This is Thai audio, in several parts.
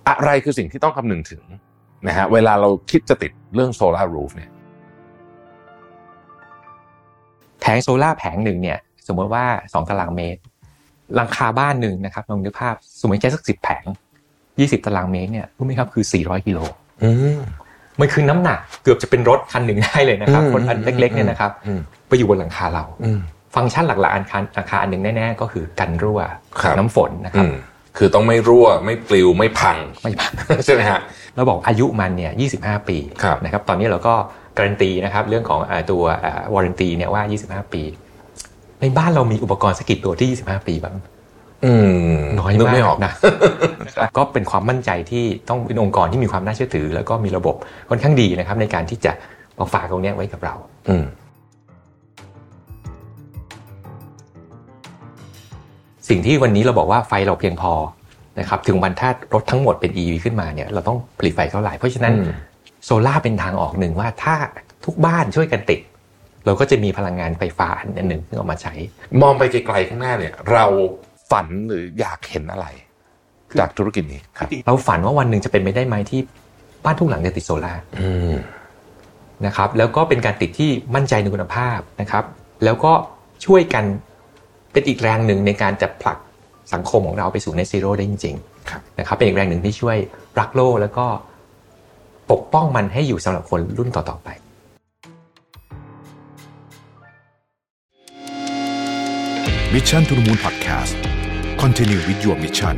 อะไรคือสิ่งที่ต้องคำนึงถึงนะฮะเวลาเราคิดจะติดเรื่อง solar roof เนี่ยแผงโซล่าแผงหนึ่งเนี่ยสมมติว่า2ตารางเมตรหลังคาบ้านหนึ่งนะครับลองนึกภาพสมมติใช้สัก10แผง20ตารางเมตรเนี่ยรู้ไหมครับคือ400กิโลมันคือน้ำหนักเกือบจะเป็นรถคันหนึ่งได้เลยนะครับคนอันเล็กๆเนี่ยนะครับไปอยู่บนหลังคาเราฟังก์ชันหลักๆหลังคาอันหนึ่งแน่ๆก็คือกันรั่วน้ำฝนนะครับคือต้องไม่รั่วไม่ปลิวไม่พังใช่ไหมฮะเราบอกอายุมันเนี่ย25ปีนะครับตอนนี้เราก็การันตีนะครับเรื่องของตัววารันตีเนี่ยว่า25ปีในบ้านเรามีอุปกรณ์สักกี่ตัวที่25ปีบ้างน้อยมากนะก็เป็นความมั่นใจที่ต้องเป็นองค์กรที่มีความน่าเชื่อถือแล้วก็มีระบบค่อนข้างดีนะครับในการที่จะมาฝากตรงนี้ไว้กับเราสิ่งที่วันนี้เราบอกว่าไฟเราเพียงพอนะครับถึงวันถ้ารถทั้งหมดเป็น EV ขึ้นมาเนี่ยเราต้องผลิตไฟเท่าไหร่เพราะฉะนั้นโซล่าเป็นทางออกหนึ่งว่าถ้าทุกบ้านช่วยกันติดเราก็จะมีพลังงานไฟฟ้าอันหนึ่งที่เอามาใช้มองไปไกลๆข้างหน้าเนี่ยเราฝันหรืออยากเห็นอะไรจากธุรกิจนี้ครับเราฝันว่าวันหนึ่งจะเป็นไปได้ไหมที่บ้านทุกหลังจะติดโซล่านะครับแล้วก็เป็นการติดที่มั่นใจในคุณภาพนะครับแล้วก็ช่วยกันเป็นอีกแรงหนึ่งในการจะผลักสังคมของเราไปสู่ Net Zero ได้จริงๆนะครับเป็นอีกแรงหนึ่งที่ช่วยรักโลกแล้วก็ปกป้องมันให้อยู่สำหรับคนรุ่นต่อๆไป Mission to the Moon Podcast Continue with your mission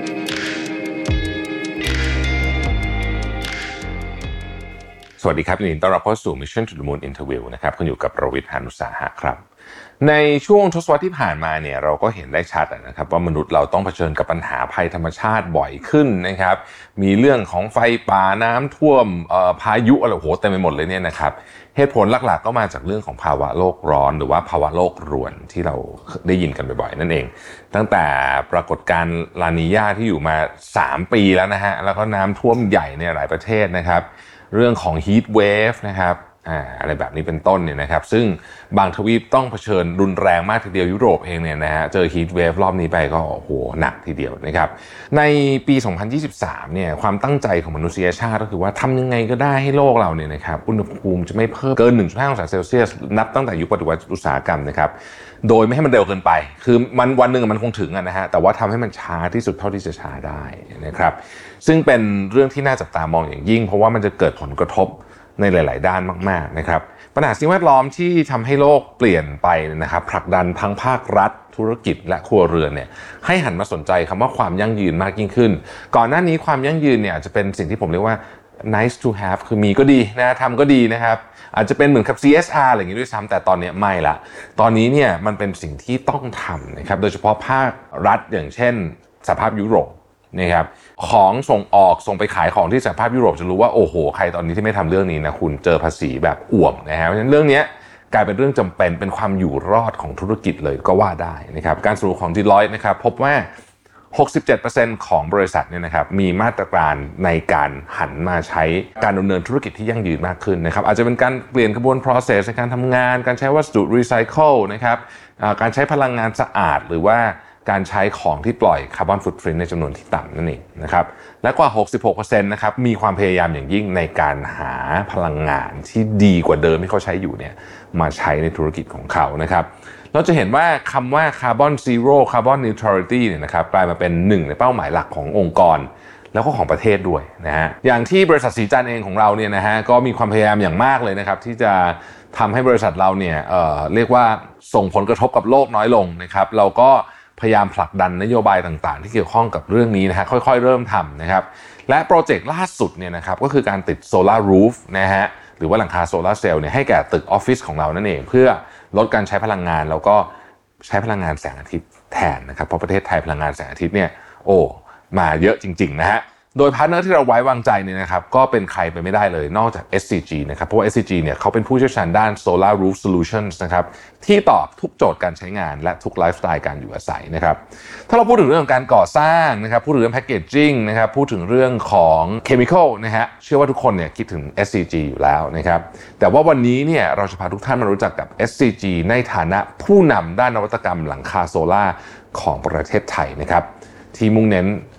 สวัสดีครับยินดีต้อนรับเข้าสู่ Mission to the Moon Interview นะครับคุณอยู่กับประวิทย์ หาญอุตสาหะครับในช่วงทศวรรษที่ผ่านมาเนี่ยเราก็เห็นได้ชัดนะครับว่ามนุษย์เราต้องเผชิญกับปัญหาภัยธรรมชาติบ่อยขึ้นนะครับมีเรื่องของไฟป่าน้ำท่วมพายุอะไรโหเต็มไปหมดเลยเนี่ยนะครับเหตุผลหลักๆก็มาจากเรื่องของภาวะโลกร้อนหรือว่าภาวะโลกรวนที่เราได้ยินกันบ่อยๆนั่นเองตั้งแต่ปรากฏการณ์ลานีญาที่อยู่มา3ปีแล้วนะฮะแล้วก็น้ำท่วมใหญ่ในหลายประเทศนะครับเรื่องของ heat wave นะครับอะไรแบบนี้เป็นต้นเนี่ยนะครับซึ่งบางทวีปต้องเผชิญรุนแรงมากทีเดียวยุโรปเองเนี่ยนะฮะเจอ heat wave รอบนี้ไปก็โอ้โหหนักทีเดียวนะครับในปี 2023 เนี่ยความตั้งใจของมนุษยชาติก็คือว่าทำยังไงก็ได้ให้โลกเราเนี่ยนะครับอุณหภูมิจะไม่เพิ่มเกิน 1.5 องศาเซลเซียสนับตั้งแต่ยุคปฏิวัติอุตสาหกรรมนะครับโดยไม่ให้มันเร็วเกินไปคือมันวันนึงมันคงถึงนะฮะแต่ว่าทำให้มันช้าที่สุดเท่าที่จะช้าได้นะครับซึ่งเป็นเรื่องที่น่าจับตามองอย่างยิ่งเพราะว่ามันจะเกิดผลกระทบในหลายๆด้านมากๆนะครับปัญหาสิ่งแวดล้อมที่ทำให้โลกเปลี่ยนไปนะครับผลักดันทั้งภาครัฐธุรกิจและครัวเรือนเนี่ยให้หันมาสนใจคำว่าความยั่งยืนมากยิ่งขึ้นก่อนหน้านี้ความยั่งยืนเนี่ยอาจจะเป็นสิ่งที่ผมเรียกว่า nice to have คือมีก็ดีนะทำก็ดีนะครับอาจจะเป็นเหมือนกับ CSR อะไรอย่างนี้ด้วยซ้ำแต่ตอนนี้ไม่ละตอนนี้เนี่ยมันเป็นสิ่งที่ต้องทำนะครับโดยเฉพาะภาครัฐอย่างเช่นสหภาพยุโรปนะครับของส่งออกส่งไปขายของที่สหภาพยุโรปจะรู้ว่าโอ้โหใครตอนนี้ที่ไม่ทำเรื่องนี้นะคุณเจอภาษีแบบอ่วมนะฮะเพราะฉะนั้นเรื่องนี้กลายเป็นเรื่องจำเป็นเป็นความอยู่รอดของธุรกิจเลยก็ว่าได้นะครับการสรุปของ Deloitte นะครับพบว่า 67% ของบริษัทเนี่ยนะครับมีมาตรการในการหันมาใช้การดำเนินธุรกิจที่ยั่งยืนมากขึ้นนะครับอาจจะเป็นการเปลี่ยนกระบวน process ในการทำงานการใช้วัสดุ recycle นะครับการใช้พลังงานสะอาดหรือว่าการใช้ของที่ปล่อยคาร์บอนฟุตพริ้นท์ในจำนวนที่ต่ำนั่นเองนะครับและกว่า 66% นะครับมีความพยายามอย่างยิ่งในการหาพลังงานที่ดีกว่าเดิมที่เขาใช้อยู่เนี่ยมาใช้ในธุรกิจของเขานะครับเราจะเห็นว่าคำว่าคาร์บอนซีโร่คาร์บอนนิวทรัลิตี้เนี่ยนะครับกลายมาเป็นหนึ่งในเป้าหมายหลักขององค์กรแล้วก็ของประเทศด้วยนะฮะอย่างที่บริษัทสีจันทร์เองของเราเนี่ยนะฮะก็มีความพยายามอย่างมากเลยนะครับที่จะทำให้บริษัทเราเนี่ยเรียกว่าส่งผลกระทบกับโลกน้อยลงนะครับเราก็พยายามผลักดันนโยบายต่างๆที่เกี่ยวข้องกับเรื่องนี้นะฮะค่อยๆเริ่มทำนะครับและโปรเจกต์ล่าสุดเนี่ยนะครับก็คือการติดโซลาร์รูฟนะฮะหรือว่าหลังคาโซลาร์เซลล์เนี่ยให้แก่ตึกออฟฟิศของเรานั่นเองเพื่อลดการใช้พลังงานแล้วก็ใช้พลังงานแสงอาทิตย์แทนนะครับเพราะประเทศไทยพลังงานแสงอาทิตย์เนี่ยมาเยอะจริงๆนะฮะโดยพาร์ทเนอร์ที่เราไว้วางใจเนี่ยนะครับก็เป็นใครไปไม่ได้เลยนอกจาก SCG นะครับเพราะว่า SCG เนี่ยเขาเป็นผู้เชี่ยวชาญด้าน Solar Roof Solutions นะครับที่ตอบทุกโจทย์การใช้งานและทุกไลฟ์สไตล์การอยู่อาศัยนะครับถ้าเราพูดถึงเรื่องของการก่อสร้างนะครับพูดถึงเรื่องแพคเกจจิ้งนะครับพูดถึงเรื่องของเคมีคอลนะฮะเชื่อว่าทุกคนเนี่ยคิดถึง SCG อยู่แล้วนะครับแต่ว่าวันนี้เนี่ยเราจะพาทุกท่านมารู้จักกับ SCG ในฐานะผู้นำด้านนวัตกรรมหลังคาโซล่าของประเทศไทยนะครับที่มุ่งเน้น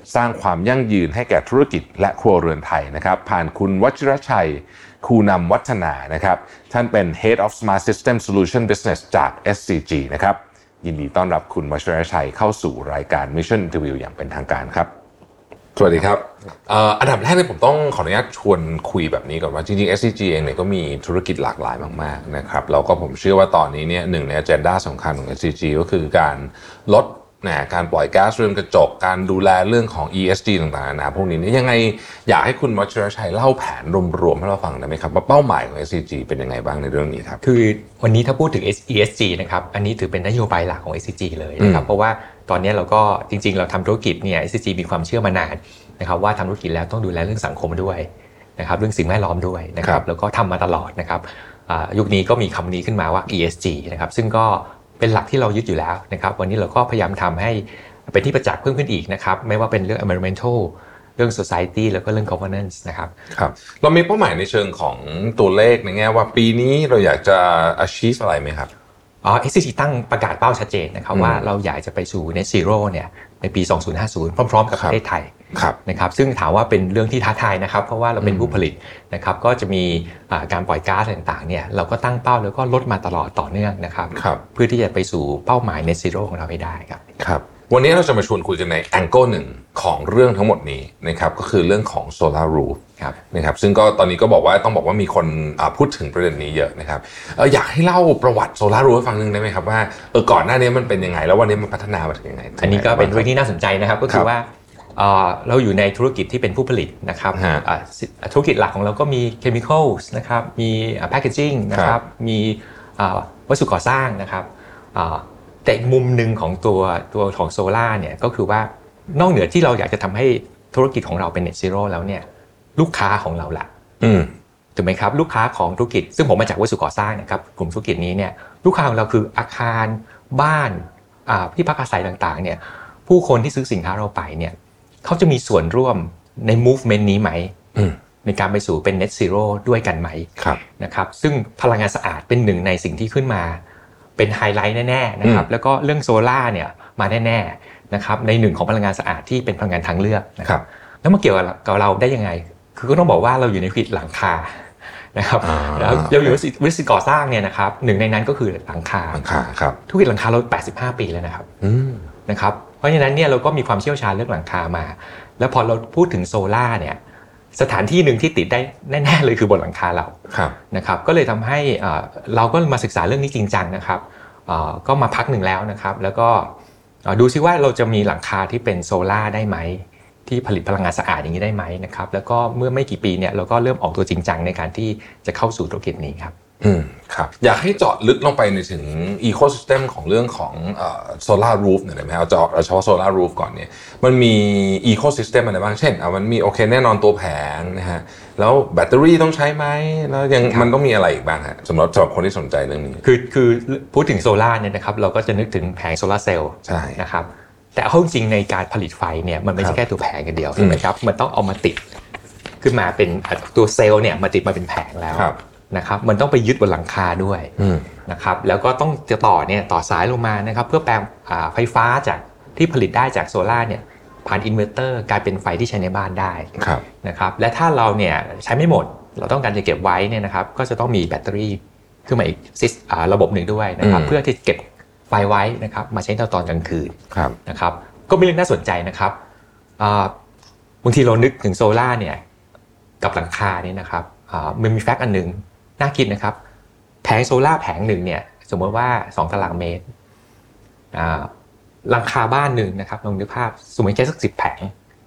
สร้างความยั่งยืนให้แก่ธุรกิจและครัวเรือนไทยนะครับผ่านคุณวชิรชัยคูนำวัฒนานะครับท่านเป็น Head of Smart System Solution Business จาก SCG นะครับยินดีต้อนรับคุณวชิรชัยเข้าสู่รายการ Mission Interview อย่างเป็นทางการครับสวัสดีครับอันดับแรกเลยผมต้องขออนุญาตชวนคุยแบบนี้ก่อนว่าจริงๆ SCG เองเนี่ยก็มีธุรกิจหลากหลายมากๆนะครับแล้วก็ผมเชื่อว่าตอนนี้เนี่ยหนึ่งใน agenda สำคัญของ SCG ก็คือการลดการปล่อยก๊าซเรือนกระจกการดูแลเรื่องของ ESG ต่างๆนะพวกนี้เนี่ยยังไงอยากให้คุณวชิรชัยเล่าแผนรวมๆให้เราฟังได้ไหมครับว่าเป้าหมายของ SCG เป็นยังไงบ้างในเรื่องนี้ครับคือวันนี้ถ้าพูดถึง ESG นะครับอันนี้ถือเป็นนโยบายหลักของ SCG เลยนะครับเพราะว่าตอนนี้เราก็จริงๆเราทำธุรกิจเนี่ย SCG มีความเชื่อมานานนะครับว่าทำธุรกิจแล้วต้องดูแลเรื่องสังคมด้วยนะครับเรื่องสิ่งแวดล้อมด้วยนะครับแล้วก็ทำมาตลอดนะครับยุคนี้ก็มีคำนี้ขึ้นมาว่า ESG นะครับซึ่งก็เป็นหลักที่เรายึดอยู่แล้วนะครับวันนี้เราก็พยายามทำให้เป็นที่ประจักษ์เพิ่มขึ้นอีกนะครับไม่ว่าเป็นเรื่อง environmental เรื่อง society แล้วก็เรื่อง governance นะครับครับเรามีเป้าหมายในเชิงของตัวเลขในแง่ว่าปีนี้เราอยากจะ achieve อะไรไหมครับ SCG ตั้งประกาศเป้าชัดเจนนะครับว่าเราอยากจะไปสู่ net zero เนี่ยในปี 2050 พร้อมๆกับประเทศไทยนะครับซึ่งถามว่าเป็นเรื่องที่ท้าทายนะครับเพราะว่าเราเป็นผู้ผลิตนะครับก็จะมีการปล่อยก๊าซต่างๆเนี่ยเราก็ตั้งเป้าแล้วก็ลดมาตลอดต่อเนื่องนะครับเพื่อที่จะไปสู่เป้าหมาย net zero ของเราให้ได้ครับวันนี้เราจะมาชวนคุยกันในแองเกิลหนึ่งของเรื่องทั้งหมดนี้นะครับก็คือเรื่องของ Solar Roof นะครับซึ่งก็ตอนนี้ก็ต้องบอกว่ามีคนพูดถึงประเด็นนี้เยอะนะครับอยากให้เล่าประวัติ Solar Roof ให้ฟังนึงได้ไหมครับว่าก่อนหน้านี้มันเป็นยังไงแล้ววันนี้มันพัฒนามาถึงยังไงอันนี้ก็เป็นเรื่องที่น่าสนใจนะครับก็คือว่าเราอยู่ในธุรกิจที่เป็นผู้ผลิตนะครับธุรกิจหลักของเราก็มี chemicals นะครับมี packaging นะครับมีวัสดุก่อสร้างนะครับแต่อีกมุมหนึ่งของตัวของโซล่าเนี่ยก็คือว่านอกเหนือที่เราอยากจะทำให้ธุรกิจของเราเป็น net zero แล้วเนี่ยลูกค้าของเราล่ะถูกไหมครับลูกค้าของธุรกิจซึ่งผมมาจากวัสดุก่อสร้างนะครับกลุ่มธุรกิจนี้เนี่ยลูกค้าของเราคืออาคารบ้านที่พักอาศัยต่างๆเนี่ยผู้คนที่ซื้อสินค้าเราไปเนี่ยเขาจะมีส่วนร่วมใน movement นี้ไหมในการไปสู่เป็น net zero ด้วยกันไหมนะครับซึ่งพลังงานสะอาดเป็นหนึ่งในสิ่งที่ขึ้นมาเป็นไฮไลท์แน่ๆนะครับแล้วก็เรื่องโซล่าเนี่ยมาแน่ๆนะครับในหนึ่งของพลังงานสะอาดที่เป็นพลังงานทางเลือกนะครับแล้วมาเกี่ยวกับเราได้ยังไงคือก็ต้องบอกว่าเราอยู่ในธุรกิจหลังคานะครับแล้วเราอยู่วิศวก่อสร้างเนี่ยนะครับหนึ่งในนั้นก็คือหลังคาครับธุรกิจหลังคาเรา85 ปีแล้วนะครับนะครับเพราะฉะนั้นเนี่ยเราก็มีความเชี่ยวชาญเรื่องหลังคามาแล้วพอเราพูดถึงโซล่าเนี่ยสถานที่หนึ่งที่ติดได้แน่ๆเลยคือบนหลังคาเรานะครับก็เลยทำให้เราก็มาศึกษาเรื่องนี้จริงจังนะครับก็มาพักหนึ่งแล้วนะครับแล้วก็ดูซิว่าเราจะมีหลังคาที่เป็นโซล่าได้ไหมที่ผลิตพลังงานสะอาดอย่างนี้ได้ไหมนะครับแล้วก็เมื่อไม่กี่ปีเนี่ยเราก็เริ่มออกตัวจริงจังในการที่จะเข้าสู่ธุรกิจนี้ครับครับอยากให้เจาะลึกลงไปในถึงอีโคซิสเต็มของเรื่องของโซลาร์รูฟหน่อยได้ไหมเอาเฉพาะโซลาร์รูฟก่อนเนี่ยมันมีอีโคซิสเต็มอะไรบ้างเช่นมันมีโอเคแน่นอนตัวแผงนะฮะแล้วแบตเตอรี่ต้องใช้ไหมแล้วยังมันต้องมีอะไรอีกบ้างฮะสำหรับคนที่สนใจเรื่องนี้คือพูดถึงโซลาร์เนี่ยนะครับเราก็จะนึกถึงแผงโซลาร์เซลล์นะครับแต่เอาจริงในการผลิตไฟเนี่ยมันไม่ใช่แค่ตัวแผงกันเดียวใช่ไหมครับมันต้องเอามาติดขึ้นมาเป็นตัวเซลล์เนี่ยมาติดมาเป็นแผงแล้วนะครับมันต้องไปยึดบนหลังคาด้วยนะครับแล้วก็ต้องจะต่อสายลงมานะครับเพื่อแปลงไฟฟ้าจากที่ผลิตได้จากโซล่าเนี่ยผ่านอินเวอร์เตอร์กลายเป็นไฟที่ใช้ในบ้านได้นะครับและถ้าเราเนี่ยใช้ไม่หมดเราต้องการจะเก็บไว้เนี่ยนะครับก็จะต้องมีแบตเตอรี่ขึ้นมาอีกระบบหนึ่งด้วยนะครับเพื่อที่จะเก็บไฟไว้นะครับมาใช้ตอนกลางคืนนะครับก็เป็นเรื่องน่าสนใจนะครับบางทีเรานึกถึงโซล่าเนี่ยกับหลังคาเนี่ยนะครับมันมีแฟกต์อันนึงน่าคิดนะครับแผงโซล่าแผงหนึ่งเนี่ยสมมติว่า2 ตารางเมตรหลังคาบ้านหนึ่งนะครับลองนึกภาพสมมติแค่สัก10 แผง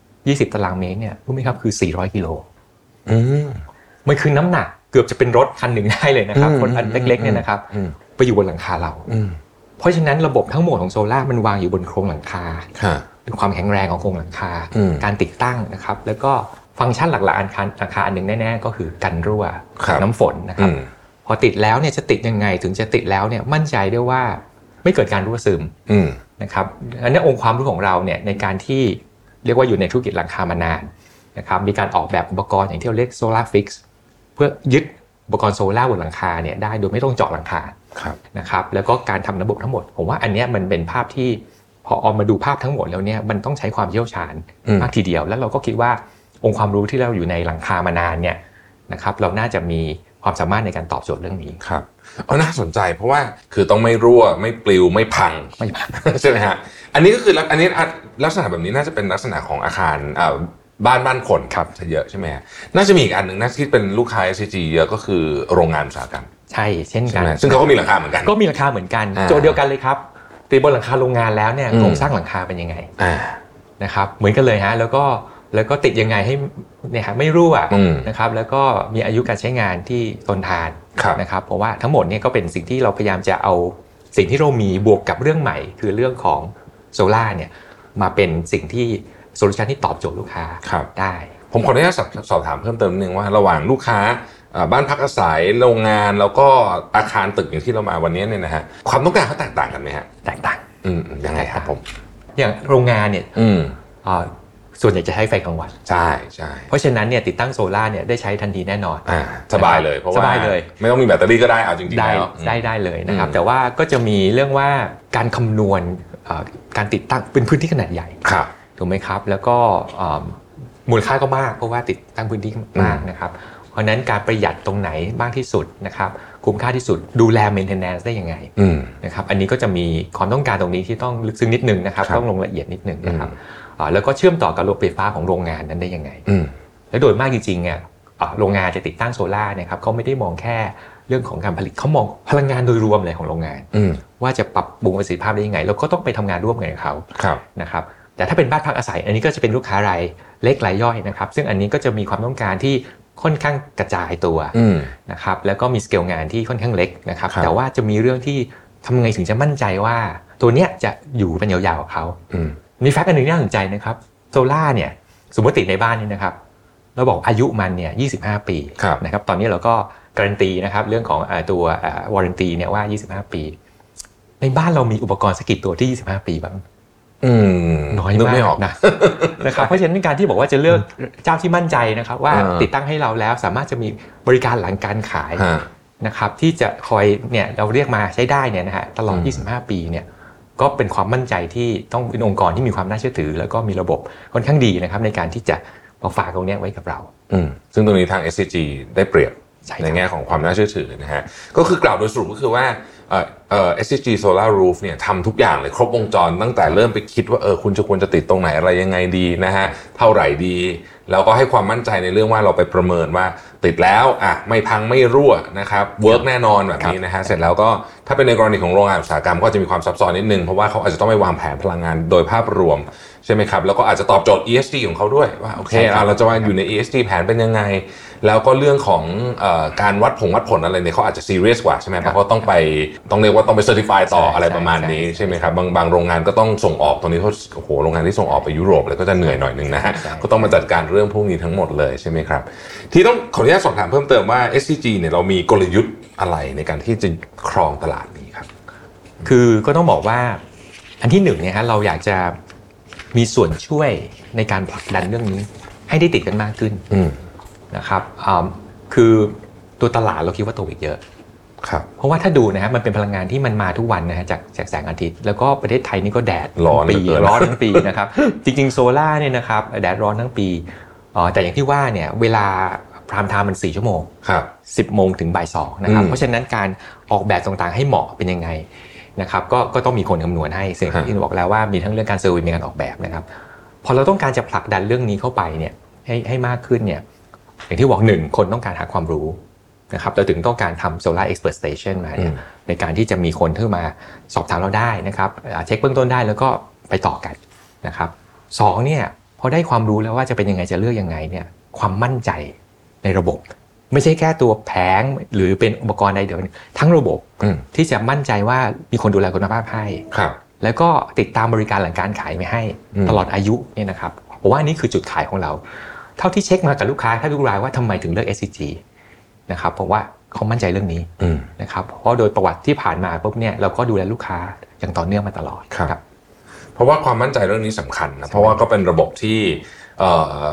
20 ตารางเมตรเนี่ยรู้ไหมครับคือ400 กิโลมันคือน้ำหนักเกือบจะเป็นรถคันหนึ่งได้เลยนะครับคนอันเล็กๆเนี่ยนะครับไปอยู่บนหลังคาเราเพราะฉะนั้นระบบทั้งหมดของโซล่ามันวางอยู่บนโครงหลังคาเป็นความแข็งแรงของโครงหลังคาการติดตั้งนะครับแล้วก็ฟังก์ชันหลักๆอาคารอันหนึ่งแน่ๆก็คือกันรั่วน้ำฝนนะครับพอติดแล้วเนี่ยจะติดยังไงถึงจะติดแล้วเนี่ยมั่นใจได้ว่าไม่เกิดการรั่วซึมนะครับอันนี้องค์ความรู้ของเราเนี่ยในการที่เรียกว่าอยู่ในธุรกิจหลังคามานานนะครับมีการออกแบบอุปกรณ์อย่างที่เราเรียกโซล่าฟิกซ์เพื่อยึดอุปกรณ์โซล่าบนหลังคาเนี่ยได้โดยไม่ต้องเจาะหลังคานะครับแล้วก็การทำระบบทั้งหมดผมว่าอันนี้มันเป็นภาพที่พอเอามาดูภาพทั้งหมดแล้วเนี่ยมันต้องใช้ความเชี่ยวชาญมากทีเดียวแล้วเราก็คิดว่าองค์ความรู้ที่เราอยู่ในหลังคามานานเนี่ยนะครับเราน่าจะมีความสามารถในการตอบโจทย์เรื่องนี้ครับน่าสนใจเพราะว่าคือต้องไม่รั่วไม่ปลิวไม่พังใช่ไหมฮะอันนี้ก็คืออันนี้ลักษณะแบบนี้น่าจะเป็นลักษณะของอาคารบ้านคนครับเยอะใช่ไหมน่าจะมีอีกอันหนึ่งน่าที่เป็นลูกค้า SCG เยอะก็คือโรงงานอุตสาหกรรมใช่เช่นกันซึ่งเขาก็มีราคาเหมือนกันก็มีราคาเหมือนกันโจทย์เดียวกันเลยครับตีบนหลังคาโรงงานแล้วเนี่ยโครงสร้างหลังคาเป็นยังไงนะครับเหมือนกันเลยฮะแล้วก็ติดยังไงให้เนี่ยไม่รั่วนะครับแล้วก็มีอายุการใช้งานที่ทนทานนะครับเพราะว่าทั้งหมดเนี่ยก็เป็นสิ่งที่เราพยายามจะเอาสิ่งที่เรามีบวกกับเรื่องใหม่คือเรื่องของโซล่าเนี่ยมาเป็นสิ่งที่โซลูชันที่ตอบโจทย์ลูกค้าได้ผมขออนุญาตสอบถามเพิ่มเติมนิดนึงว่าระหว่างลูกค้าบ้านพักอาศัยโรงงานแล้วก็อาคารตึกอย่างที่เรามาวันนี้เนี่ยนะฮะความต้องการเขาแตกต่างกันไหมฮะแตกต่างยังไงครับผมอย่างโรงงานเนี่ยส่วนใหญ่จะใช้ไฟกลางวันใช่เพราะฉะนั้นเนี่ยติดตั้งโซล่าเนี่ยได้ใช้ทันทีแน่นอนสบายเลยเพราะว่าไม่ต้องมีแบตเตอรี่ก็ได้เอาจริงๆแล้วได้เลยนะครับแต่ว่าก็จะมีเรื่องว่าการคำนวณการติดตั้งเป็นพื้นที่ขนาดใหญ่ถูกไหมครับแล้วก็มูลค่าก็มากเพราะว่าติดตั้งพื้นที่มากนะครับเพราะนั้นการประหยัดตรงไหนมากที่สุดนะครับคุ้มค่าที่สุดดูแล maintenance ได้ยังไงนะครับอันนี้ก็จะมีความต้องการตรงนี้ที่ต้องลึกซึ้งนิดนึงนะครับต้องลงละเอียดนิดนึงนะครับแล้วก็เชื่อมต่อกับระบบไฟฟ้าของโรงงานนั้นได้ยังไงและโดยมากจริงๆเนี่ยโรงงานจะติดตั้งโซล่าเนี่ยครับเขาไม่ได้มองแค่เรื่องของการผลิตเขามองพลังงานโดยรวมเลยของโรงงานว่าจะปรับปรุงประสิทธิภาพได้ยังไงแล้วก็ต้องไปทำงานร่วมกันกับเขานะครับแต่ถ้าเป็นบ้านพักอาศัยอันนี้ก็จะเป็นลูกค้ารายเล็กรายย่อยนะครับซึ่งอันนี้ก็จะมีความต้องการที่ค่อนข้างกระจายตัวนะครับแล้วก็มีสเกลงานที่ค่อนข้างเล็กนะครับแต่ว่าจะมีเรื่องที่ทำไงถึงจะมั่นใจว่าตัวเนี้ยจะอยู่เป็นยาวๆกับเขามีแฟกต์อันหนึ่งที่น่าสนใจนะครับโซล่าเนี่ยสมมติติดในบ้านนี่นะครับเราบอกอายุมันเนี่ย25 ปีนะครับตอนนี้เราก็การันตีนะครับเรื่องของตัววารันตีเนี่ยว่า25 ปีในบ้านเรามีอุปกรณ์สักกี่ตัวที่25 ปีบ้างน้อยมากนะครับเพราะฉะนั้นการที่บอกว่าจะเลือกเจ้าที่มั่นใจนะครับว่าติดตั้งให้เราแล้วสามารถจะมีบริการหลังการขายนะครับที่จะคอยเนี่ยเราเรียกมาใช้ได้เนี่ยนะฮะตลอด25 ปีเนี่ยก็เป็นความมั่นใจที่ต้องเป็นองค์กรที่มีความน่าเชื่อถือแล้วก็มีระบบค่อนข้างดีนะครับในการที่จะมาฝากตรงนี้ไว้กับเราซึ่งตรงนี้ทาง SCG ได้เปรียบในแง่ของความน่าเชื่อถือนะฮะก็คือกล่าวโดยสรุปก็คือว่าSCG Solar Roof เนี่ยทำทุกอย่างเลยครบวงจรตั้งแต่เริ่มไปคิดว่าคุณควรจะติดตรงไหนอะไรยังไงดีนะฮะเท่าไหร่ดีแล้วก็ให้ความมั่นใจในเรื่องว่าเราไปประเมินว่าติดแล้วไม่พังไม่รั่วนะครับเวิร์กแน่นอนแบบนี้นะฮะเสร็จแล้วก็ถ้าเป็นในกรณีของโรงงานอุตสาหกรรมก็จะมีความซับซ้อนนิดนึงเพราะว่าเขาอาจจะต้องไปวางแผนพลังงานโดยภาพรวมใช่ไหมครับแล้วก็อาจจะตอบโจทย์ ESG ของเขาด้วยว่าโอเคเราจะว่าอยู่ใน ESG แผนเป็นยังไงแล้วก็เรื่องของการวัดผลอะไรเนี่ยเขาอาจจะซีเรียสกว่าใช่ไหมเพราะเขาต้องเรียกว่าต้องไปเซอร์ติฟายต่ออะไรประมาณนี้ใช่ไหมครับบางโรงงานก็ต้องส่งออกตรงนี้เขาโรงงานที่ส่งออกไปยุโรปเลยก็จะเหนื่อยหน่อยนึงนะฮะก็ต้องมาจัดการเรื่องพวกนี้ทั้งหมดเลยใช่ไหมครับที่ต้องขออนุญาตสอบถามเพิ่มเติมว่า SCG เนี่ยเรามีกลยุทธ์อะไรในการที่จะครองตลาดนี้ครับคือก็ต้องบอกว่าอันที่1เนี่ยฮะเราอยากจะมีส่วนช่วยในการผลักดันเรื่องนี้ให้ได้ติดกันมากขึ้นนะครับคือตัวตลาดเราคิดว่าโตอีกเยอะเพราะว่าถ้าดูนะฮะมันเป็นพลังงานที่มันมาทุกวันนะฮะจากแสงอาทิตย์แล้วก็ประเทศไทยนี่ก็แดดร้อนทั้งปีนะครับจริงๆโซล่าเนี่ยนะครับแดดร้อนทั้งปีแต่อย่างที่ว่าเนี่ยเวลาพรามไทม์มัน4 ชั่วโมง10 โมงถึงบ่าย 2นะครับเพราะฉะนั้นการออกแบบต่างๆให้เหมาะเป็นยังไงนะครับก็ต้องมีคนคำนวณให้ซึ่งที่บอกแล้วว่ามีทั้งเรื่องการเซอร์วิสมีการออกแบบนะครับพอเราต้องการจะผลักดันเรื่องนี้เข้าไปเนี่ยให้มากขึ้นเนี่ยอย่างที่บอก1คนต้องการหาความรู้นะครับเราถึงต้องการทำ Solar Expert Station มาเนี่ยในการที่จะมีคนที่มาสอบถามเราได้นะครับเช็คเบื้องต้นได้แล้วก็ไปต่อกันนะครับ2เนี่ยพอได้ความรู้แล้วว่าจะเป็นยังไงจะเลือกยังไงเนี่ยความมั่นใจในระบบไม่ใช่แค่ตัวแผงหรือเป็นอุปกรณ์ใดเดียวทั้งระบบที่จะมั่นใจว่ามีคนดูแลคุณภาพให้แล้วก็ติดตามบริการหลังการขายไม่ให้ตลอดอายุเนี่ยนะครับผมว่าอันนี้คือจุดขายของเราเท่าที่เช็คมากับลูกค้าทุกรายว่าทำไมถึงเลือก SCG นะครับเพราะว่าเขามั่นใจเรื่องนี้นะครับเพราะโดยประวัติที่ผ่านมาปุ๊บเนี่ยเราก็ดูแลลูกค้าอย่างต่อเนื่องมาตลอดครับเพราะว่าความมั่นใจเรื่องนี้สำคัญนะเพราะว่าก็เป็นระบบที่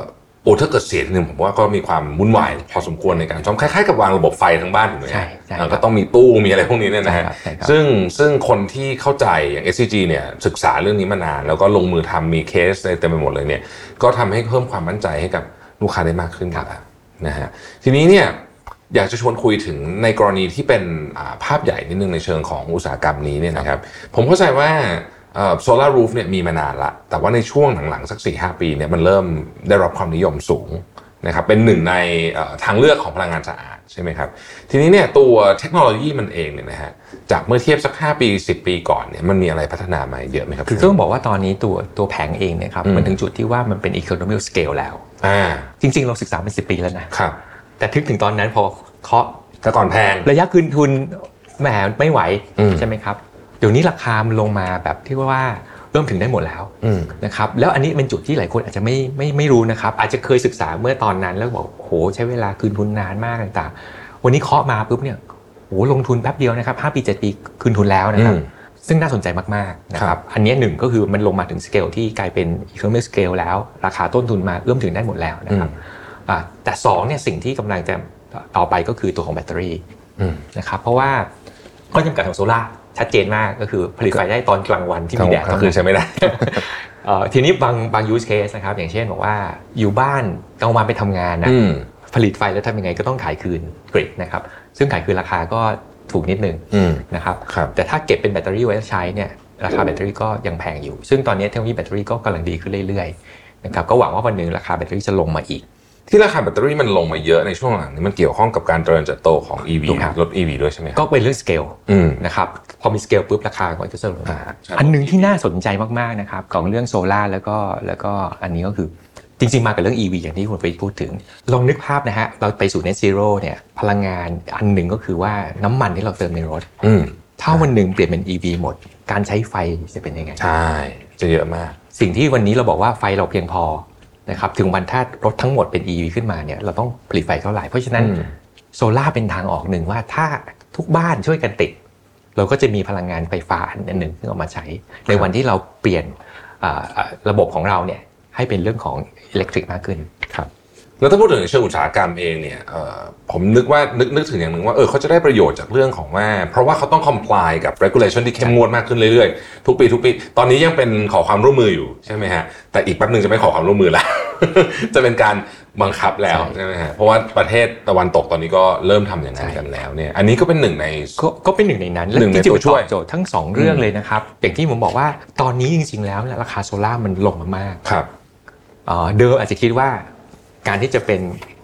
ถ้าเกิดเสียทีนึงผมว่าก็มีความวุ่นวายพอสมควรในการซ่อมคล้ายๆกับวางระบบไฟทั้งบ้านถูกไหมใช่ก็ต้องมีตู้มีอะไรพวกนี้เนี่ยนะฮะซึ่งคนที่เข้าใจอย่าง SCG เนี่ยศึกษาเรื่องนี้มานานแล้วก็ลงมือทำมีเคสอะไรเต็มไปหมดเลยเนี่ยก็ทำให้เพิ่มความมั่นใจให้กับลูกค้าได้มากขึ้นนะฮะทีนี้เนี่ยอยากจะชวนคุยถึงในกรณีที่เป็นภาพใหญ่นิดนึงในเชิงของอุตสาหกรรมนี้เนี่ยนะครับผมเข้าใจว่าsolar roof เนี่ยมีมานานละแต่ว่าในช่วงหลังๆสัก 4-5 ปีเนี่ยมันเริ่มได้รับความนิยมสูงนะครับเป็นหนึ่งในทางเลือกของพลังงานสะอาดใช่ไหมครับทีนี้เนี่ยตัวเทคโนโลยีมันเองเนี่ยนะฮะจากเมื่อเทียบสัก5ปี10ปีก่อนเนี่ยมันมีอะไรพัฒนามาเยอะไหมครับคือต้องบอกว่าตอนนี้ตัวแผงเองเนี่ยครับมันถึงจุดที่ว่ามันเป็น economic scale แล้วจริงๆเราศึกษาเป็น10ปีแล้วนะครับแต่ถึงตอนนั้นพอเคาะแต่ก่อนแพงระยะคืนทุนแหมไม่ไหวใช่ไหมครับเดี๋ยวนี้ราคามันลงมาแบบที่ว่าเริ่มถึงได้หมดแล้วนะครับแล้วอันนี้เป็นจุดที่หลายคนอาจจะไม่รู้นะครับอาจจะเคยศึกษาเมื่อตอนนั้นแล้วบอกโหใช้เวลาคืนทุนนานมากต่างๆวันนี้เคาะมาปุ๊บเนี่ยโหลงทุนแป๊บเดียวนะครับ5ปี7ปีคืนทุนแล้วนะครับซึ่งน่าสนใจมากๆนะครับอันนี้หนึ่งก็คือมันลงมาถึงสเกลที่กลายเป็น economic scale แล้วราคาต้นทุนมาเอื้อมถึงได้หมดแล้วนะครับแต่2เนี่ยสิ่งที่กำลังจะต่อไปก็คือตัวของแบตเตอรี่นะครับเพราะว่าข้อจำกัดของโซล่าชัดเจนมากก็คือผลิตไฟได้ตอนกลางวันที่มีแดดก็คือใช้ไม่ได้ทีนี้บาง use case นะครับอย่างเช่นบอกว่าอยู่บ้านกลางวันไปทำงานนะผลิตไฟแล้วทำยังไงก็ต้องขายคืนกริดนะครับซึ่งขายคืนราคาก็ถูกนิดนึงนะครับแต่ถ้าเก็บเป็นแบตเตอรี่ไว้ใช้เนี่ยราคาแบตเตอรี่ก็ยังแพงอยู่ซึ่งตอนนี้เทคโนโลยีแบตเตอรี่ก็กำลังดีขึ้นเรื่อยๆนะครับก็หวังว่าวันหนึ่งราคาแบตเตอรี่จะลงมาอีกที่ราคาแบตเตอรี่มันลงมาเยอะในช่วงหลังนี้มันเกี่ยวข้องกับการเจริญเติบโตของ EV รถ EV ด้วยใช่ไหมก็เป็นเรื่องสเกลนะครับพอมีสเกลปุ๊บราคาก็จะลงอันนึงที่น่าสนใจมากๆนะครับของเรื่องโซล่าแล้วก็อันนี้ก็คือจริงๆมากับเรื่อง EV อย่างที่คุณไปพูดถึงลองนึกภาพนะฮะเราไปสู่ Net Zero เนี่ยพลังงานอันหนึ่งก็คือว่าน้ำมันที่เราเติมในรถถ้าวันหนึ่งเปลี่ยนเป็น EV หมดการใช้ไฟจะเป็นยังไงใช่จะเยอะมากสิ่งที่วันนี้เราบอกว่าไฟเราเพียงพอนะครับถึงวันถ้ารถทั้งหมดเป็น EV ขึ้นมาเนี่ยเราต้องผลิตไฟเท่าไหร่เพราะฉะนั้นโซล่าเป็นทางออกหนึ่งว่าถ้าทุกบ้านช่วยกันติดเราก็จะมีพลังงานไฟฟ้าอันหนึ่งที่เอามาใช้ในวันที่เราเปลี่ยนระบบของเราเนี่ยให้เป็นเรื่องของอิเล็กทริกมากขึ้นครับแล้วถ้าพูดถึงในเชิงอุตสาหกรรมเองเนี่ยผมนึกถึงอย่างหนึ่งว่าเขาจะได้ประโยชน์จากเรื่องของว่าเพราะว่าเขาต้อง comply กับ regulation ที่เข้มงวดมากขึ้นเรื่อยๆทุกปีตอนนี้ยังเป็นขอความร่วมมืออยู่ใช่ไหมฮะแต่อีกแป๊บนึงจะไม่ขอความร่วมมือแล้ว จะเป็นการบังคับแล้วใช่ไหมฮะเพราะว่าประเทศตะวันตกตอนนี้ก็เริ่มทำอย่างนั้นกันแล้วเนี่ยอันนี้ก็เป็นหนึ่งในก็เป็นหนึ่งในนั้นและที่จะช่วยโจทย์ทั้ง2เรื่องเลยนะครับอย่างที่ผมบอกว่าตอนนี้จริงๆแล้วราคาโซล่ามันลงมามากครับเดิมอาจจะคิดว่าการที่จะเป็น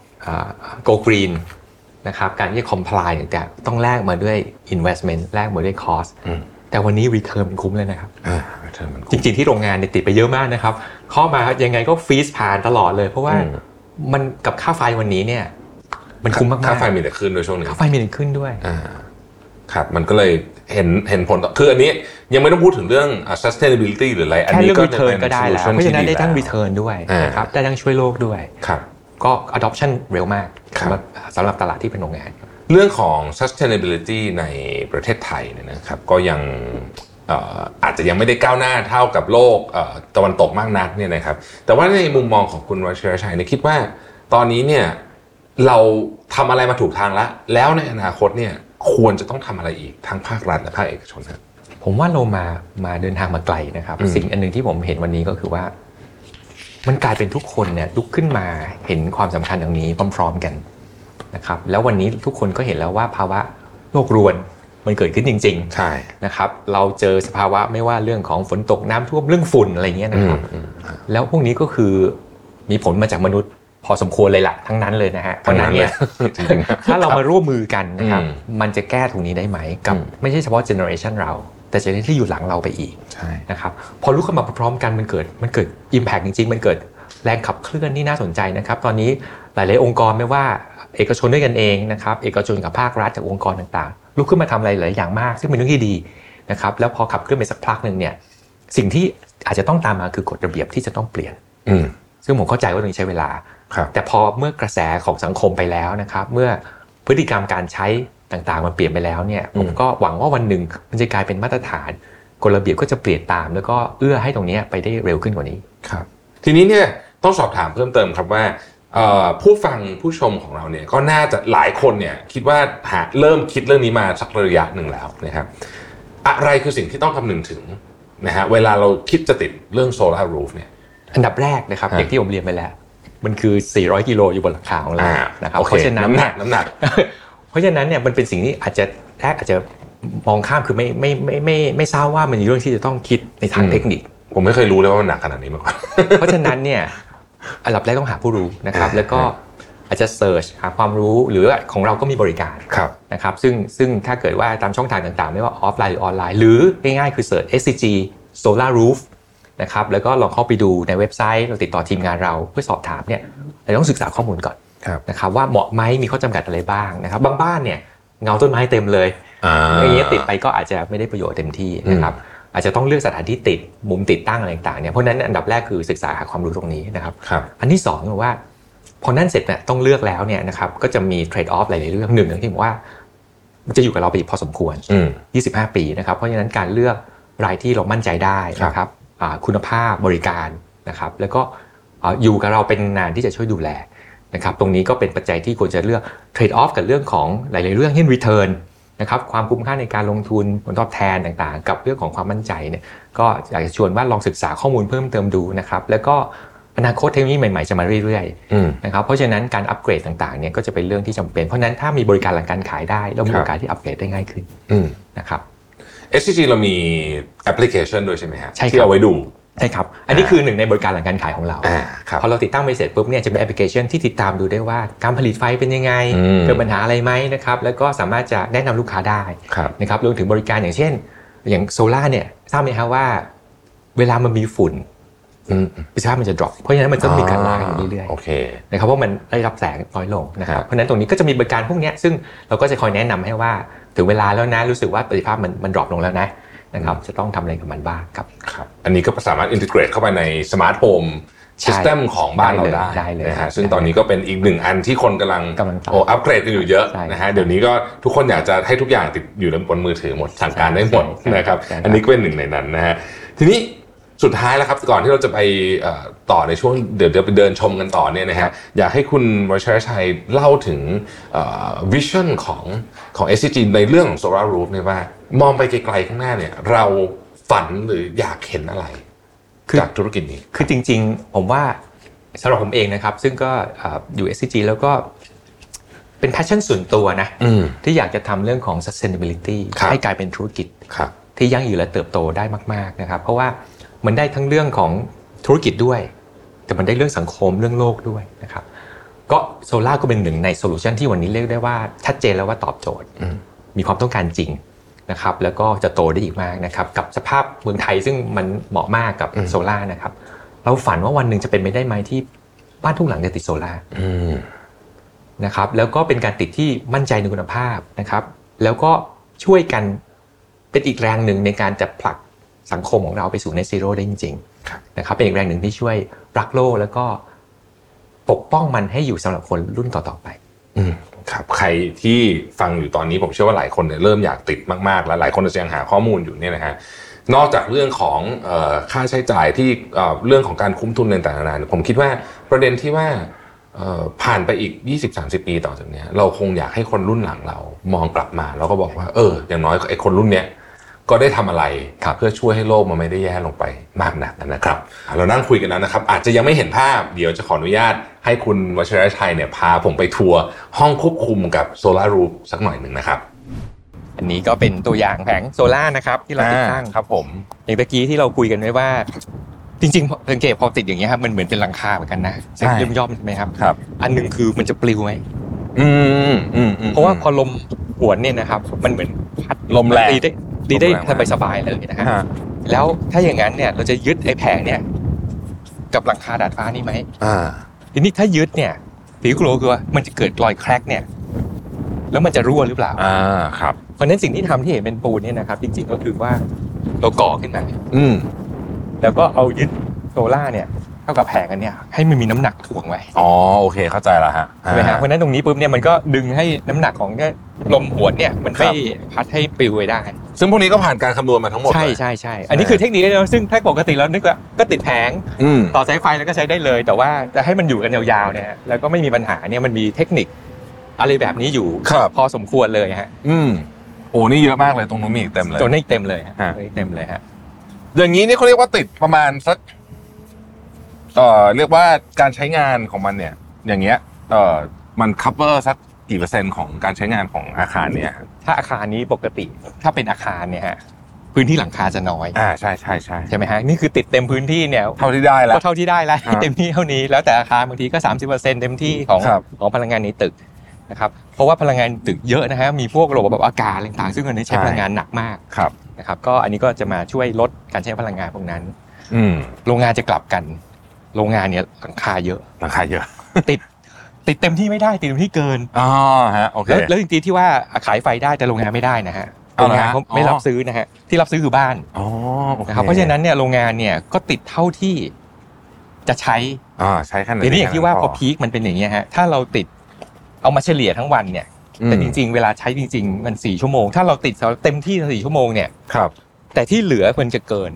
go green นะครับการที่จะ comply ต่างๆต้องแลกมาด้วย investment แลกมาด้วย cost แต่วันนี้ return มันคุ้มเลยนะครับจริงๆที่โรงงานติดไปเยอะมากนะครับเข้ามายังไงก็ฟีสผ่านตลอดเลยเพราะว่ามันกับค่าไฟวันนี้เนี่ยมันคุ้มมากๆค่าไฟมีแต่ขึ้นด้วยช่วงนี้ค่าไฟมีแต่ขึ้นด้วยครับมันก็เลยเห็นผลคืออันนี้ยังไม่ต้องพูดถึงเรื่อง sustainability หรืออะไรอันนี้ก็จะเป็น solution เพราะฉะนั้นได้ทั้ง return ด้วยนะครับได้ทั้งช่วยโลกด้วยก็ adoption เร็วมากสำหรับตลาดที่เป็นโรงงานเรื่องของ sustainability ในประเทศไทยเนี่ยนะครับก็ยังอาจจะยังไม่ได้ก้าวหน้าเท่ากับโลกตะวันตกมากนักเนี่ยนะครับแต่ว่าในมุมมองของคุณวชิรชัยเนี่ยคิดว่าตอนนี้เนี่ยเราทำอะไรมาถูกทางแล้วในอนาคตเนี่ยควรจะต้องทำอะไรอีกทั้งภาครัฐและภาคเอกชนครับผมว่าเรามาเดินทางมาไกลนะครับสิ่งอันนึงที่ผมเห็นวันนี้ก็คือว่ามันกลายเป็นทุกคนเนี่ยลุกขึ้นมาเห็นความสำคัญอย่างนี้พร้อมๆกันนะครับแล้ววันนี้ทุกคนก็เห็นแล้วว่าภาวะโลกรวนมันเกิดขึ้นจริงๆใช่นะครับเราเจอสภาวะไม่ว่าเรื่องของฝนตกน้ำท่วมเรื่องฝุ่นอะไรเงี้ยนะครับแล้วพวกนี้ก็คือมีผลมาจากมนุษย์พอสมควรเลยล่ะทั้งนั้นเลยนะฮะเพราะนั้นเนี่ยถ้าเรามาร่วมมือกันนะครับมันจะแก้ตรงนี้ได้ไหมกับไม่ใช่เฉพาะเจเนอเรชันเราแต่เจเนอเรชันที่อยู่หลังเราไปอีกนะครับพอลุกขึ้นมาพร้อมกันมันเกิด impact จริงๆมันเกิดแรงขับเคลื่อนที่น่าสนใจนะครับตอนนี้หลายๆองค์กรไม่ว่าเอกชนด้วยกันเองนะครับเอกชนกับภาครัฐจากองค์กรต่างๆลุกขึ้นมาทำอะไรหลายอย่างมากซึ่งเป็นเรื่องที่ดีนะครับแล้วพอขับเคลื่อนไปสักพักนึงเนี่ยสิ่งที่อาจจะต้องตามมาคือกฎระเบียบที่จะต้องเปลี่ยนซึ่งผมเข้าใจว่าตรงนี้ใช้เวลาแต่พอเมื่อกระแสของสังคมไปแล้วนะครับเมื่อพฤติกรรมการใช้ต่างๆมันเปลี่ยนไปแล้วเนี่ยผมก็หวังว่าวันหนึ่งมันจะกลายเป็นมาตรฐานกฎระเบียบก็จะเปลี่ยนตามแล้วก็เอื้อให้ตรงนี้ไปได้เร็วขึ้นกว่านี้ครับทีนี้เนี่ยต้องสอบถามเพิ่มเติมครับว่าผู้ฟังผู้ชมของเราเนี่ยก็น่าจะหลายคนเนี่ยคิดว่าเริ่มคิดเรื่องนี้มาสักระยะหนึ่งแล้วนะครับอะไรคือสิ่งที่ต้องคำนึงถึงนะฮะเวลาเราคิดจะติดเรื่อง solar roof เนี่ยอันดับแรกนะครับอย่างที่ผมเรียนไปแล้วมันคือ400กิโลอยู่บนหลังคาของเรานะครับเพราะฉะนั้นน้ำหนักเพราะฉะนั้นเนี่ยมันเป็นสิ่งที่อาจจะมองข้ามคือไม่ทราบว่ามันมีเรื่องที่จะต้องคิดในทางเทคนิคผมไม่เคยรู้เลยว่ามันหนักขนาดนี้มาก่อนเพราะฉะนั้นเนี่ยอันดับแรกต้องหาผู้รู้นะครับแล้วก็อาจจะเสิร์ชหาความรู้หรือของเราก็มีบริการนะครับซึ่งถ้าเกิดว่าตามช่องทางต่างๆไม่ว่าออฟไลน์หรือออนไลน์หรือง่ายๆคือเสิร์ช SCG Solar Roof นะครับแล้วก็ลองเข้าไปดูในเว็บไซต์เราติดต่อทีมงานเราเพื่อสอบถามเนี่ยเราต้องศึกษาข้อมูลก่อนนะครับว่าเหมาะไหมมีข้อจำกัดอะไรบ้างนะครับบางบ้านเนี่ยเงาต้นไม้เต็มเลยอย่างเงี้ยติดไปก็อาจจะไม่ได้ประโยชน์เต็มที่นะครับอาจจะต้องเลือกสถานที่ติดมุมติดตั้งอะไรต่างๆเนี่ยเพราะนั้นอันดับแรกคือศึกษาหาความรู้ตรงนี้นะครับอันที่2คือว่าพอนั่นเสร็จเนี่ยต้องเลือกแล้วเนี่ยนะครับก็จะมีเทรดออฟหลายๆเรื่องหนึ่งที่บอกว่ามันจะอยู่กับเราไปอีกพอสมควร25ปีนะครับเพราะฉะนั้นการเลือกรายที่เรามั่นใจได้นะครับคุณภาพบริการนะครับแล้วก็อยู่กับเราเป็นนานที่จะช่วยดูแลนะครับตรงนี้ก็เป็นปัจจัยที่ควรจะเลือกเทรดออฟกับเรื่องของหลายๆเรื่องเช่น return นะครับความคุ้มค่าในการลงทุนผลตอบแทนต่างๆกับเรื่องของความมั่นใจเนี่ยก็อยากจะชวนว่าลองศึกษาข้อมูลเพิ่มเติมดูนะครับแล้วก็อนาคตเทคโนโลยีใหม่ๆจะมาเรื่อยๆนะครับเพราะฉะนั้นการอัปเกรดต่างๆเนี่ยก็จะเป็นเรื่องที่จำเป็นเพราะนั้นถ้ามีบริการหลังการขายได้เรามีโอกาสที่อัปเกรดได้ง่ายขึ้นนะครับ SCG เรามีแอปพลิเคชันด้วยใช่ไหมฮะที่เอาไว้ดูใช่ครับอันนี้คือหนึ่งในบริการหลังการขายของเราพอเราติดตั้งไปเสร็จปุ๊บเนี่ยจะเป็นแอปพลิเคชันที่ติดตามดูได้ว่าการผลิตไฟเป็นยังไงเกิดปัญหาอะไรไหมนะครับแล้วก็สามารถจะแนะนำลูกค้าได้นะครับรวมถึงบริการอย่างเช่นอย่างโซล่าเนี่ยทราบไหมครับว่าเวลามันมีฝุ่นประสิทธิภาพมันจะ drop เพราะฉะนั้นมันต้องมีการล้างอยู่เรื่อยๆนะครับเพราะมันได้รับแสงน้อยลงนะครับเพราะฉะนั้นตรงนี้ก็จะมีบริการพวกนี้ซึ่งเราก็จะคอยแนะนำให้ว่าถึงเวลาแล้วนะรู้สึกว่าประสิทธิภาพมัน drop ลงแล้วนะครับจะต้องทำอะไรกับมันบ้างครับอันนี้ก็สามารถอินทิเกรตเข้าไปในสมาร์ทโฮมซิสเต็มของบ้านเราได้นะฮะซึ่งตอนนี้ก็เป็นอีกหนึ่งอันที่คนกำลังอัปเกรดกันอยู่เยอะนะฮะเดี๋ยวนี้ก็ทุกคนอยากจะให้ทุกอย่างติดอยู่บนมือถือหมดสั่งการได้หมดนะครับอันนี้ก็เป็นหนึ่งในนั้นนะฮะทีนี้สุดท้ายแล้วครับก่อนที่เราจะไปต่อในช่วงเดี๋ยวไปเดินชมกันต่อเนี่ยนะฮะอยากให้คุณวชิรชัยเล่าถึงวิชั่นของ SCG ในเรื่องของ Solar Roof เนี่ยว่ามองไปไกลๆข้างหน้าเนี่ยเราฝันหรืออยากเห็นอะไรจากธุรกิจนี้คือจริงๆผมว่าสำหรับผมเองนะครับซึ่งก็อยู่ SCG แล้วก็เป็น passion ส่วนตัวนะที่อยากจะทำเรื่องของ sustainability ให้กลายเป็นธุรกิจที่ยั่งยืนและเติบโตได้มากๆนะครับเพราะว่ามันได้ทั้งเรื่องของธุรกิจด้วยแต่มันได้เรื่องสังคมเรื่องโลกด้วยนะครับก็โซล่าก็เป็นหนึ่งในโซลูชันที่วันนี้เรียกได้ว่าชัดเจนแล้วว่าตอบโจทย์มีความต้องการจริงนะครับแล้วก็จะโตได้อีกมากนะครับกับสภาพเมืองไทยซึ่งมันเหมาะมากกับโซล่านะครับเราฝันว่าวันหนึ่งจะเป็นไปได้ไหมที่บ้านทุกหลังจะติดโซล่านะครับแล้วก็เป็นการติดที่มั่นใจในคุณภาพนะครับแล้วก็ช่วยกันเป็นอีกแรงหนึ่งในการจะผลักสังคมของเราไปสู่ Net Zero ได้จริงๆนะครับเป็นอีกแรงหนึ่งที่ช่วยรักโลกแล้วก็ปกป้องมันให้อยู่สำหรับคนรุ่นต่อๆไปครับใครที่ฟังอยู่ตอนนี้ผมเชื่อว่าหลายคนเนี่ยเริ่มอยากติดมากๆแล้วหลายคนจะยังหาข้อมูลอยู่เนี่ยนะฮะนอกจากเรื่องของค่าใช้จ่ายที่เรื่องของการคุ้มทุนต่างๆนานาผมคิดว่าประเด็นที่ว่าผ่านไปอีก 20-30 ปีต่อจากนี้เราคงอยากให้คนรุ่นหลังเรามองกลับมาแล้วก็บอกว่าอย่างน้อยไอ้คนรุ่นเนี้ยก็ได้ทำอะไรเพื่อช่วยให้โลกมันไม่ได้แย่ลงไปมากนักนะครับเรานั่งคุยกันแล้วนะครับอาจจะยังไม่เห็นภาพเดี๋ยวจะขออนุญาตให้คุณวชิรชัยเนี่ยพาผมไปทัวร์ห้องควบคุมกับ Solar Roof สักหน่อยนึงนะครับอันนี้ก็เป็นตัวอย่างแผงโซล่านะครับที่เราติดตั้งครับผมอย่างเมื่อกี้ที่เราคุยกันไว้ว่าจริงๆสังเกตพอติดอย่างเงี้ยครับมันเหมือนเป็นหลังคาเหมือนกันนะเส้นย่อมๆใช่ไหมครับอันนึงคือมันจะปลิวไหมเพราะว่าพอลมหวนเนี่ยนะครับมันเหมือนพัดลมแรงดีได้สบายๆเลยนะฮะแล้วถ้าอย่างนั้นเนี่ยเราจะยึดไอ้แผงเนี่ยกับหลังคาดาดฟ้านี่ไหมทีนี้ถ้ายึดเนี่ยสิ่งที่กลัวคือว่ามันจะเกิดรอยแครกเนี่ยแล้วมันจะรั่วหรือเปล่าครับเพราะฉะนั้นสิ่งที่ทำที่เห็นเป็นปูนเนี่ยนะครับจริงๆก็คือว่าเราก่อขึ้นมาแล้วก็เอายึดโซล่าเนี่ยเท่ากับแผงอันเนี้ยให้มันมีน้ำหนักถ่วงไว้โอเคเข้าใจแล้วฮะใช่ไหมฮะเพราะฉะนั้นตรงนี้ปุ๊บเนี่ยมันก็ดึงให้น้ำหนักของลมหวนเนี่ยมันไม่พัดให้ปลิวไปได้ซึ่งพวกนี้ก็ผ่านการคำนวณมาทั้งหมดใช่อันนี้คือเทคนิคแล้วซึ่งถ้าปกติเรานึกว่าก็ติดแผงต่อสายไฟแล้วก็ใช้ได้เลยแต่ว่าจะให้มันอยู่กันยาวๆเนี่ยแล้วก็ไม่มีปัญหาเนี่ยมันมีเทคนิคอะไรแบบนี้อยู่พอสมควรเลยฮะโอ้นี่เยอะมากเลยตรงนู้นมีอีกเต็มเลยตรงนี้เต็มเลยฮะเต็มเลยฮะอย่างนี้นี่เขาเรียกว่าติดประมาณสักเรียกว่าการใช้งานของมันเนี่ยอย่างเงี้ยมัน cover สักกี่เปอร์เซ็นต์ของการใช้งานของอาคารเนี่ยถ้าอาคารนี้ปกติถ้าเป็นอาคารเนี่ยฮะพื้นที่หลังคาจะน้อยใช่ใช่ไหมฮะนี่คือติดเต็มพื้นที่เนี่ยเท่าที่ได้แล้วก็เท่าที่ได้แล้วเต็มที่เท่านี้แล้วแต่อาคารบางทีก็ 30% เต็มที่ของพลังงานในตึกนะครับเพราะว่าพลังงานตึกเยอะนะฮะมีพวกระบบแบบอากาศต่างๆซึ่งอันนี้ใช้พลังงานหนักมากนะครับก็อันนี้ก็จะมาช่วยลดการใช้พลังงานพวกนั้นโรงงานจะกลับกันโรงงานเนี่ยหลังคาเยอะติดเต็มที่ไม่ได้ติดเต็มที่เกินฮะโอเคแล้วจริงๆที่ว่าขายไฟได้แต่โรงงานไม่ได้นะฮะโรงงานเขาไม่รับซื้อนะฮะที่รับซื้อคือบ้านนะครับเพราะฉะนั้นเนี่ยโรงงานเนี่ยก็ติดเท่าที่จะใช้ขนาดนี้อย่างที่ว่าพอพีคมันเป็นอย่างเงี้ยฮะถ้าเราติดเอามาเฉลี่ยทั้งวันเนี่ยแต่จริงๆเวลาใช้จริงๆมัน4ชั่วโมงถ้าเราติดเต็มที่4ชั่วโมงเนี่ยแต่ที่เหลือควรจะเกิน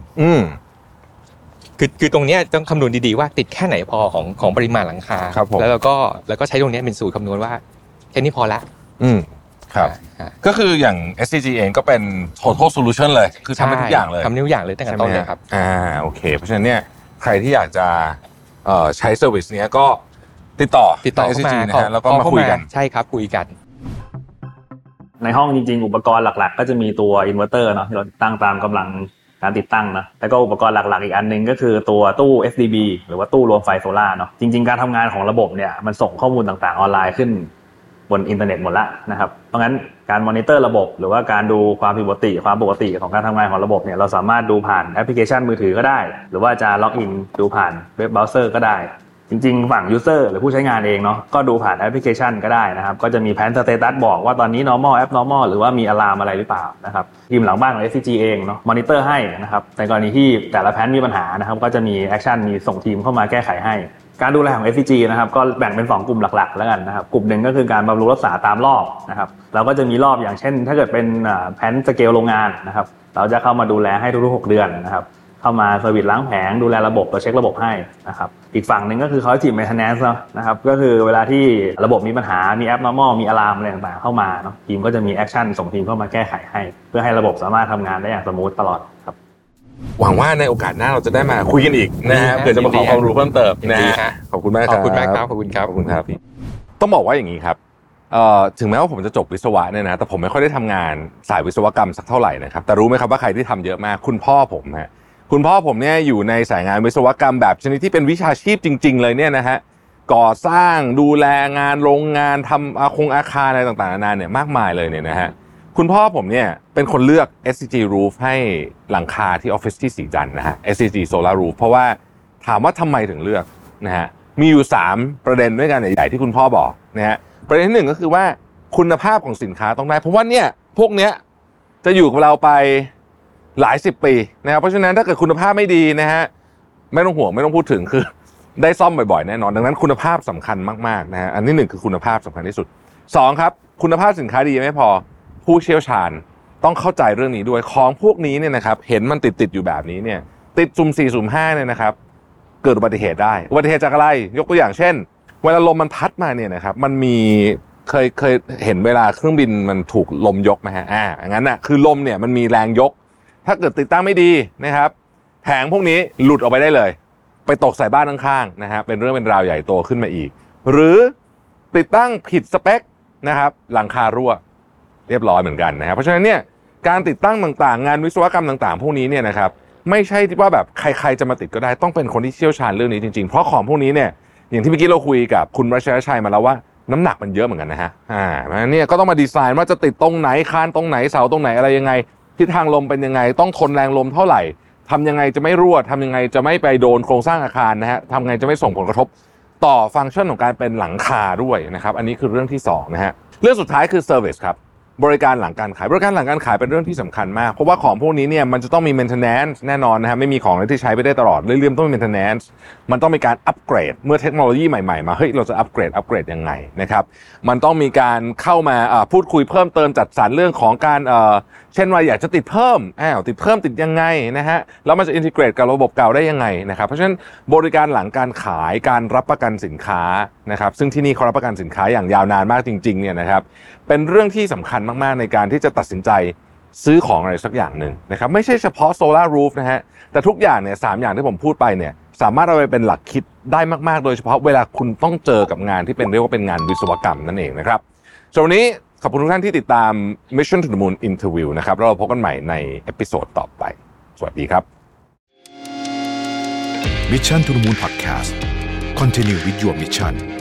คือตรงนี้ต้องคำนวณดีๆว่าติดแค่ไหนพอของปริมาณหลังคาแล้วก็ใช้ตรงนี้เป็นสูตรคำนวณว่าแค่นี้พอละครับก็คืออย่าง SCG เองก็เป็น total solution เลยคือทำได้ทุกอย่างเลยทำได้ทุกอย่างเลยตั้งแต่ต้นเลยครับโอเคเพราะฉะนั้นเนี่ยใครที่อยากจะใช้เซอร์วิสเนี้ยก็ติดต่อ SCG นะฮะแล้วก็มาคุยกันใช่ครับคุยกันในห้องจริงๆอุปกรณ์หลักๆก็จะมีตัวอินเวอร์เตอร์เนาะที่เราตั้งตามกำลังการติดตั้งนะแล้วก็อุปกรณ์หลักๆอีกอันนึงก็คือตัวตู้ FDB หรือว่าตู้รวมไฟโซล่าเนาะจริงๆการทำงานของระบบเนี่ยมันส่งข้อมูลต่างๆออนไลน์ขึ้นบนอินเทอร์เน็ตหมดละนะครับเพราะงั้นการมอนิเตอร์ระบบหรือว่าการดูความผิดปกติของการทำงานของระบบเนี่ยเราสามารถดูผ่านแอปพลิเคชันมือถือก็ได้หรือว่าจะล็อกอินดูผ่านเว็บเบราว์เซอร์ก็ได้จริงๆฝั่ง user หรือผู้ใช้งานเองเนาะก็ดูผ่านแอปพลิเคชันก็ได้นะครับก็จะมีแผนสเตตัสบอกว่าตอนนี้ normal abnormal หรือว่ามีอะลามอะไรหรือเปล่านะครับทีมหลังบ้านของ SCG เองเนาะมอนิเตอร์ให้นะครับในกรณีที่แต่ละแผนมีปัญหานะครับก็จะมีแอคชั่นมีส่งทีมเข้ามาแก้ไขให้การดูแลของ SCG นะครับก็แบ่งเป็น2กลุ่มหลักๆแล้วกันนะครับกลุ่มหนึ่งก็คือการบำรุงรักษาตามรอบนะครับเราก็จะมีรอบอย่างเช่นถ้าเกิดเป็นแผนสเกลโรงงานนะครับเราจะเข้ามาดูแลให้ทุกๆ6เดือนนะครับเข้ามาเซอร์วิสล้างแผงดูแลระบบเราเช็คระบบให้นะครับอีกฝั่งนึงก็คือเขาทีม maintenance นะครับก็คือเวลาที่ระบบมีปัญหามี abnormal มีอะลามอะไรต่างๆเข้ามาเนาะทีมก็จะมีแอคชั่นส่งทีมเข้ามาแก้ไขให้เพื่อให้ระบบสามารถทำงานได้อย่างสมูทตลอดครับหวังว่าในโอกาสหน้าเราจะได้มาคุยกันอีกนะฮะเผื่อจะมาขอความรู้เพิ่มเติมนะฮะขอบคุณมากครับขอบคุณมากครับขอบคุณครับพี่ต้องบอกว่าอย่างนี้ครับถึงแม้ว่าผมจะจบวิศวะเนี่ยนะแต่ผมไม่ค่อยได้ทำงานสายวิศวกรรมสักเท่าไหร่นะครับแต่รู้ไหมครับว่าใครที่ทำเยอะมากคุณพ่อผมเนี่ยอยู่ในสายงานวิศวกรรมแบบชนิดที่เป็นวิชาชีพจริงๆเลยเนี่ยนะฮะก่อสร้างดูแลงานโรงงานทำอาคารอะไรต่างๆนานาเนี่ยมากมายเลยเนี่ยนะฮะคุณพ่อผมเนี่ยเป็นคนเลือก SCG Roof ให้หลังคาที่ออฟฟิศที่สีจันทร์นะฮะ SCG Solar Roof เพราะว่าถามว่าทำไมถึงเลือกนะฮะมีอยู่3ประเด็นด้วยกันใหญ่ๆที่คุณพ่อบอกนะฮะประเด็นที่1ก็คือว่าคุณภาพของสินค้าต้องได้เพราะว่าเนี่ยพวกเนี้ยจะอยู่กับเราไปหลาย10ปีนะครับเพราะฉะนั้นถ้าเกิดคุณภาพไม่ดีนะฮะไม่ต้องห่วงไม่ต้องพูดถึงคือได้ซ่อมบ่อยๆแน่นอนดังนั้นคุณภาพสำคัญมากๆนะฮะอันที่1คือคุณภาพสำคัญที่สุด2ครับคุณภาพสินค้าดีไม่พอผู้เชี่ยวชาญต้องเข้าใจเรื่องนี้ด้วยของพวกนี้เนี่ยนะครับเห็นมันติดอยู่แบบนี้เนี่ยติดสุ่ม4สุ่ม5เนี่ยนะครับเกิดอุบัติเหตุได้อุบัติเหตุจากอะไรยกตัวอย่างเช่นเวลาลมมันพัดมาเนี่ยนะครับมันมีเคยเห็นเวลาเครื่องบินมันถูกลมยกไหมฮะงั้นน่ะคือลมเนี่ยมันมีแรงยกถ้าเกิดติดตั้งไม่ดีนะครับแผงพวกนี้หลุดออกไปได้เลยไปตกใส่บ้านข้างๆนะฮะเป็นเรื่องเป็นราวใหญ่โตขึ้นมาอีกหรือติดตั้งผิดสเปคนะครับหลังคารั่วเรียบร้อยเหมือนกันนะครับเพราะฉะนั้นเนี่ยการติดตั้งต่างๆงานวิศวกรรมต่างๆพวกนี้เนี่ยนะครับไม่ใช่ว่าแบบใครๆจะมาติดก็ได้ต้องเป็นคนที่เชี่ยวชาญเรื่องนี้จริงๆเพราะของพวกนี้เนี่ยอย่างที่เมื่อกี้เราคุยกับคุณรัชชัยมาแล้วว่าน้ำหนักมันเยอะเหมือนกันนะฮะเพราะฉะนั้นเนี่ยก็ต้องมาดีไซน์ว่าจะติดตรงไหนคานตรงไหนเสาตรงไหนอะไรยังไงทิศทางลมเป็นยังไงต้องทนแรงลมเท่าไหร่ทำยังไงจะไม่รั่วทำยังไงจะไม่ไปโดนโครงสร้างอาคารนะฮะทำยังไงจะไม่ส่งผลกระทบต่อฟังก์ชันของการเป็นหลังคาด้วยนะครับอันนี้คือเรื่องที่2นะฮะเรื่องสุดท้ายคือเซอร์วิสครับบริการหลังการขายเป็นเรื่องที่สำคัญมากเพราะว่าของพวกนี้เนี่ยมันจะต้องมี maintenance แน่นอนนะฮะไม่มีของอะไรที่ใช้ไปได้ตลอดเรื่อยๆต้องมี maintenance มันต้องมีการอัปเกรดเมื่อเทคโนโลยีใหม่ๆมาเฮ้ยเราจะอัปเกรดยังไงนะครับมันต้องมีการเข้ามาพูดคุยเพิ่มเติมจัดสรรเรื่องของการเช่นว่าอยากจะติดเพิ่มติดยังไงนะฮะแล้วมันจะอินทิเกรตกับระบบเก่าได้ยังไงนะครับเพราะฉะนั้นบริการหลังการขายการรับประกันสินค้านะครับซึ่งที่นี่เขารับประกันสินค้าอย่างยาวนานมากจริงๆเนี่ยนะครับเป็นเรื่องที่สำคัญมากๆในการที่จะตัดสินใจซื้อของอะไรสักอย่างหนึ่งนะครับไม่ใช่เฉพาะโซลาร์รูฟนะฮะแต่ทุกอย่างเนี่ย3อย่างที่ผมพูดไปเนี่ยสามารถเอาไปเป็นหลักคิดได้มากๆโดยเฉพาะเวลาคุณต้องเจอกับงานที่เรียกว่าเป็นงานวิศวกรรมนั่นเองนะครับส่วนวันนี้ขอบคุณทุกท่านที่ติดตาม Mission to the Moon Interview นะครับแล้วเราพบกันใหม่ในเอพิโซดต่อไปสวัสดีครับ Mission to the Moon Podcast Continue with your mission